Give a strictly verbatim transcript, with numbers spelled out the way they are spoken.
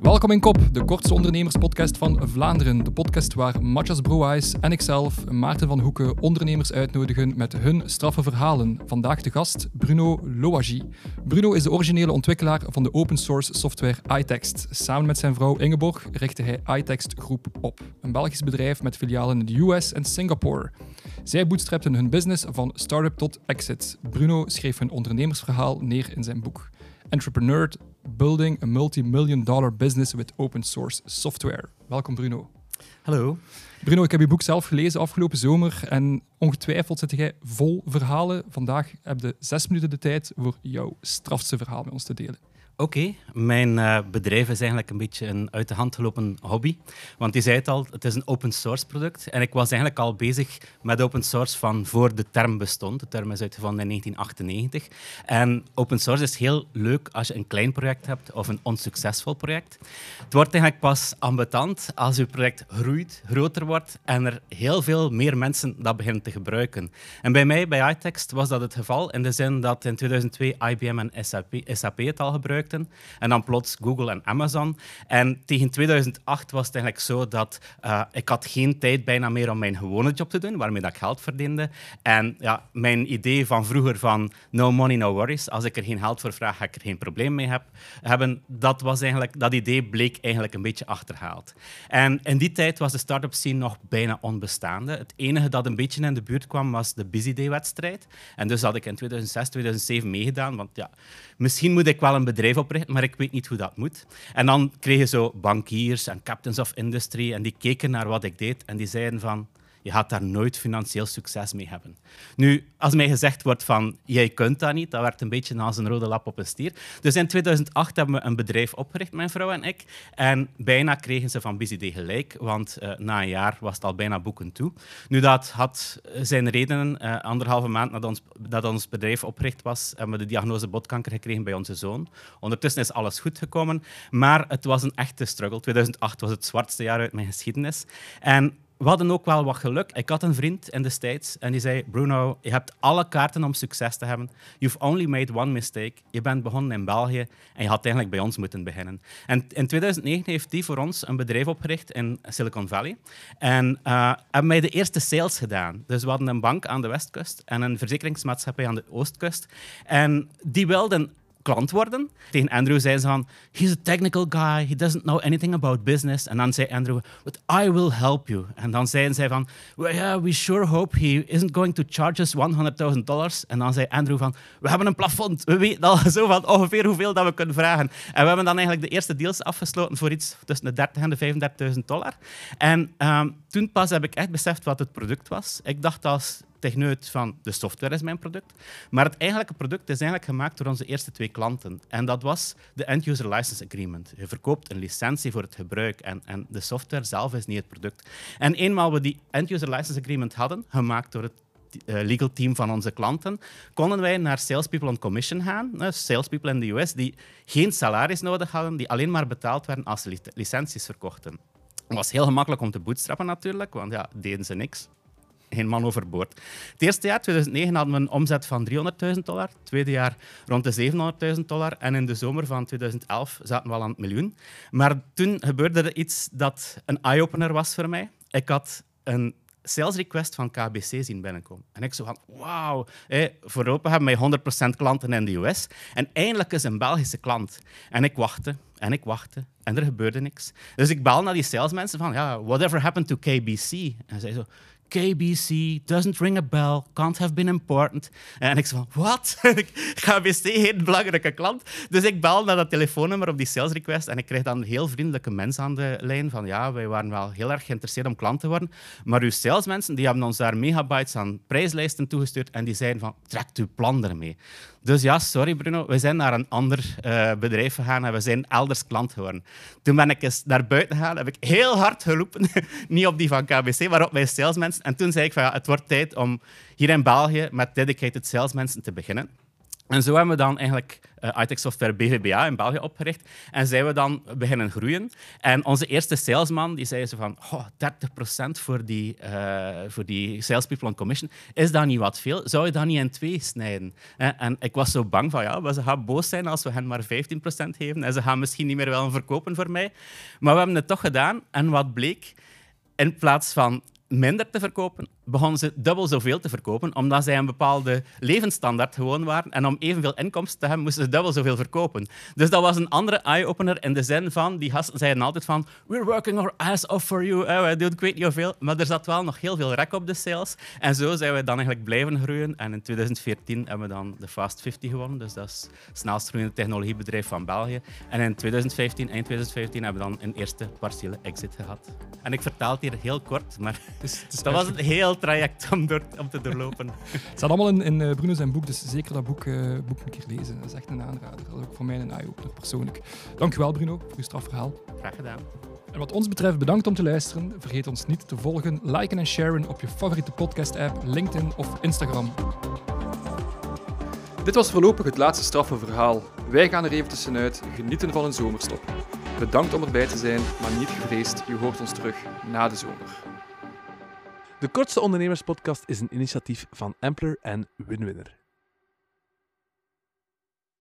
Welkom in Kop, de kortste ondernemerspodcast van Vlaanderen. De podcast waar Matthias Brouwijs en ikzelf, Maarten van Hoeken, ondernemers uitnodigen met hun straffe verhalen. Vandaag de gast Bruno Louwagie. Bruno is de originele ontwikkelaar van de open source software iText. Samen met zijn vrouw Ingeborg richtte hij iText Groep op, een Belgisch bedrijf met filialen in de U S en Singapore. Zij bootstrapten hun business van start-up tot exit. Bruno schreef hun ondernemersverhaal neer in zijn boek. Entrepreneur Building a Multi-Million Dollar Business with Open Source Software. Welkom Bruno. Hallo. Bruno, ik heb je boek zelf gelezen afgelopen zomer en ongetwijfeld zit jij vol verhalen. Vandaag heb je zes minuten de tijd voor jouw strafste verhaal met ons te delen. Oké, okay. Mijn uh, bedrijf is eigenlijk een beetje een uit de hand gelopen hobby. Want je zei het al, het is een open source product. En ik was eigenlijk al bezig met open source van voor de term bestond. De term is uitgevonden in negentien achtennegentig. En open source is heel leuk als je een klein project hebt of een onsuccesvol project. Het wordt eigenlijk pas ambetant als je project groeit, groter wordt en er heel veel meer mensen dat beginnen te gebruiken. En bij mij, bij iText, was dat het geval in de zin dat in tweeduizend twee I B M en S A P, S A P het al gebruikten. En dan plots Google en Amazon. En tegen tweeduizend acht was het eigenlijk zo dat uh, ik had geen tijd bijna meer om mijn gewone job te doen, waarmee dat ik geld verdiende. En ja, mijn idee van vroeger van no money, no worries, als ik er geen geld voor vraag, ga ik er geen probleem mee heb, hebben, dat, was eigenlijk, dat idee bleek eigenlijk een beetje achterhaald. En in die tijd was de start-up scene nog bijna onbestaande. Het enige dat een beetje in de buurt kwam, was de Busy Day-wedstrijd. En dus had ik in tweeduizend zes, tweeduizend zeven meegedaan, want ja, misschien moet ik wel een bedrijf oprichten, maar ik weet niet hoe dat moet. En dan kreeg je zo bankiers en captains of industry en die keken naar wat ik deed en die zeiden van, je gaat daar nooit financieel succes mee hebben. Nu, als mij gezegd wordt van, jij kunt dat niet, dat werkt een beetje als een rode lap op een stier. Dus in tweeduizend acht hebben we een bedrijf opgericht, mijn vrouw en ik. En bijna kregen ze van Busy Day gelijk, want uh, na een jaar was het al bijna boeken toe. Nu, dat had zijn redenen. Uh, anderhalve maand nadat ons, dat ons bedrijf opgericht was, hebben we de diagnose botkanker gekregen bij onze zoon. Ondertussen is alles goed gekomen, maar het was een echte struggle. tweeduizend acht was het zwartste jaar uit mijn geschiedenis. En we hadden ook wel wat geluk. Ik had een vriend in de States en die zei, Bruno, je hebt alle kaarten om succes te hebben. You've only made one mistake. Je bent begonnen in België en je had eigenlijk bij ons moeten beginnen. En in tweeduizend negen heeft hij voor ons een bedrijf opgericht in Silicon Valley. En uh, hebben wij de eerste sales gedaan. Dus we hadden een bank aan de westkust en een verzekeringsmaatschappij aan de oostkust. En die wilden klant worden. Tegen Andrew zei ze van, he's a technical guy, he doesn't know anything about business. En dan zei Andrew, but I will help you. En dan zeiden zij van, well, yeah, we sure hope he isn't going to charge us honderdduizend dollars. En dan zei Andrew van, we hebben een plafond. We weten al zo van ongeveer hoeveel dat we kunnen vragen. En we hebben dan eigenlijk de eerste deals afgesloten voor iets tussen de dertig en de vijfendertigduizend dollar. En um, toen pas heb ik echt beseft wat het product was. Ik dacht als techneut van de software is mijn product. Maar het eigenlijke product is eigenlijk gemaakt door onze eerste twee klanten. En dat was de End-User License Agreement. Je verkoopt een licentie voor het gebruik en, en de software zelf is niet het product. En eenmaal we die End-User License Agreement hadden, gemaakt door het uh, legal team van onze klanten, konden wij naar salespeople on commission gaan, uh, salespeople in de U S die geen salaris nodig hadden, die alleen maar betaald werden als ze li- licenties verkochten. Het was heel gemakkelijk om te bootstrappen natuurlijk, want ja, deden ze niks. Geen man overboord. Het eerste jaar, tweeduizend negen, hadden we een omzet van driehonderdduizend dollar. Het tweede jaar rond de zevenhonderdduizend dollar. En in de zomer van tweeduizend elf zaten we al aan het miljoen. Maar toen gebeurde er iets dat een eye-opener was voor mij. Ik had een sales request van K B C zien binnenkomen. En ik zo van, wauw, voor Europa hebben wij honderd procent klanten in de U S. En eindelijk is een Belgische klant. En ik wachtte, en ik wachtte, en er gebeurde niks. Dus ik bel naar die salesmensen van, ja, whatever happened to K B C? En zij zo, K B C, doesn't ring a bell, can't have been important. En ik zei van, wat? K B C, geen belangrijke klant. Dus ik bel naar dat telefoonnummer op die sales request en ik kreeg dan een heel vriendelijke mens aan de lijn van, ja, wij waren wel heel erg geïnteresseerd om klant te worden, maar uw salesmensen die hebben ons daar megabytes aan prijslijsten toegestuurd en die zeiden van, trekt uw plan ermee. Dus ja, sorry Bruno, we zijn naar een ander uh, bedrijf gegaan en we zijn elders klant geworden. Toen ben ik eens naar buiten gegaan, heb ik heel hard geroepen, niet op die van K B C, maar op mijn salesmensen. En toen zei ik van ja, het wordt tijd om hier in België met dedicated salesmensen te beginnen. En zo hebben we dan eigenlijk uh, I T Software B V B A in België opgericht. En zijn we dan beginnen groeien. En onze eerste salesman die zei zo van, oh, dertig procent voor die, uh, voor die salespeople on commission. Is dat niet wat veel? Zou je dat niet in twee snijden? Eh, en ik was zo bang van, ja, ze gaan boos zijn als we hen maar vijftien procent geven. En ze gaan misschien niet meer willen verkopen voor mij. Maar we hebben het toch gedaan. En wat bleek? In plaats van minder te verkopen, begonnen ze dubbel zoveel te verkopen, omdat zij een bepaalde levensstandaard gewoon waren. En om evenveel inkomsten te hebben, moesten ze dubbel zoveel verkopen. Dus dat was een andere eye-opener in de zin van, die gasten zeiden altijd van, we're working our ass off for you, eh, we doen ik weet niet hoeveel. Maar er zat wel nog heel veel rek op de sales. En zo zijn we dan eigenlijk blijven groeien. En in twintig veertien hebben we dan de Fast vijftig gewonnen. Dus dat is het snelst groeiende technologiebedrijf van België. En in twintig vijftien, eind twintig vijftien, hebben we dan een eerste partiële exit gehad. En ik vertaal het hier heel kort, maar dus, dus dat was een heel traject om, door, om te doorlopen. Het staat allemaal in, in uh, Bruno zijn boek, dus zeker dat boek, uh, boek een keer lezen. Dat is echt een aanrader. Dat is ook voor mij een eye-opener persoonlijk. Dank u wel, Bruno, voor uw strafverhaal. Graag gedaan. En wat ons betreft, bedankt om te luisteren. Vergeet ons niet te volgen, liken en sharen op je favoriete podcast-app, LinkedIn of Instagram. Dit was voorlopig het laatste straffenverhaal. Wij gaan er even tussenuit, genieten van een zomerstop. Bedankt om erbij te zijn, maar niet gevreesd, je hoort ons terug na de zomer. De Kortste Ondernemerspodcast is een initiatief van Ampler en Winwinner.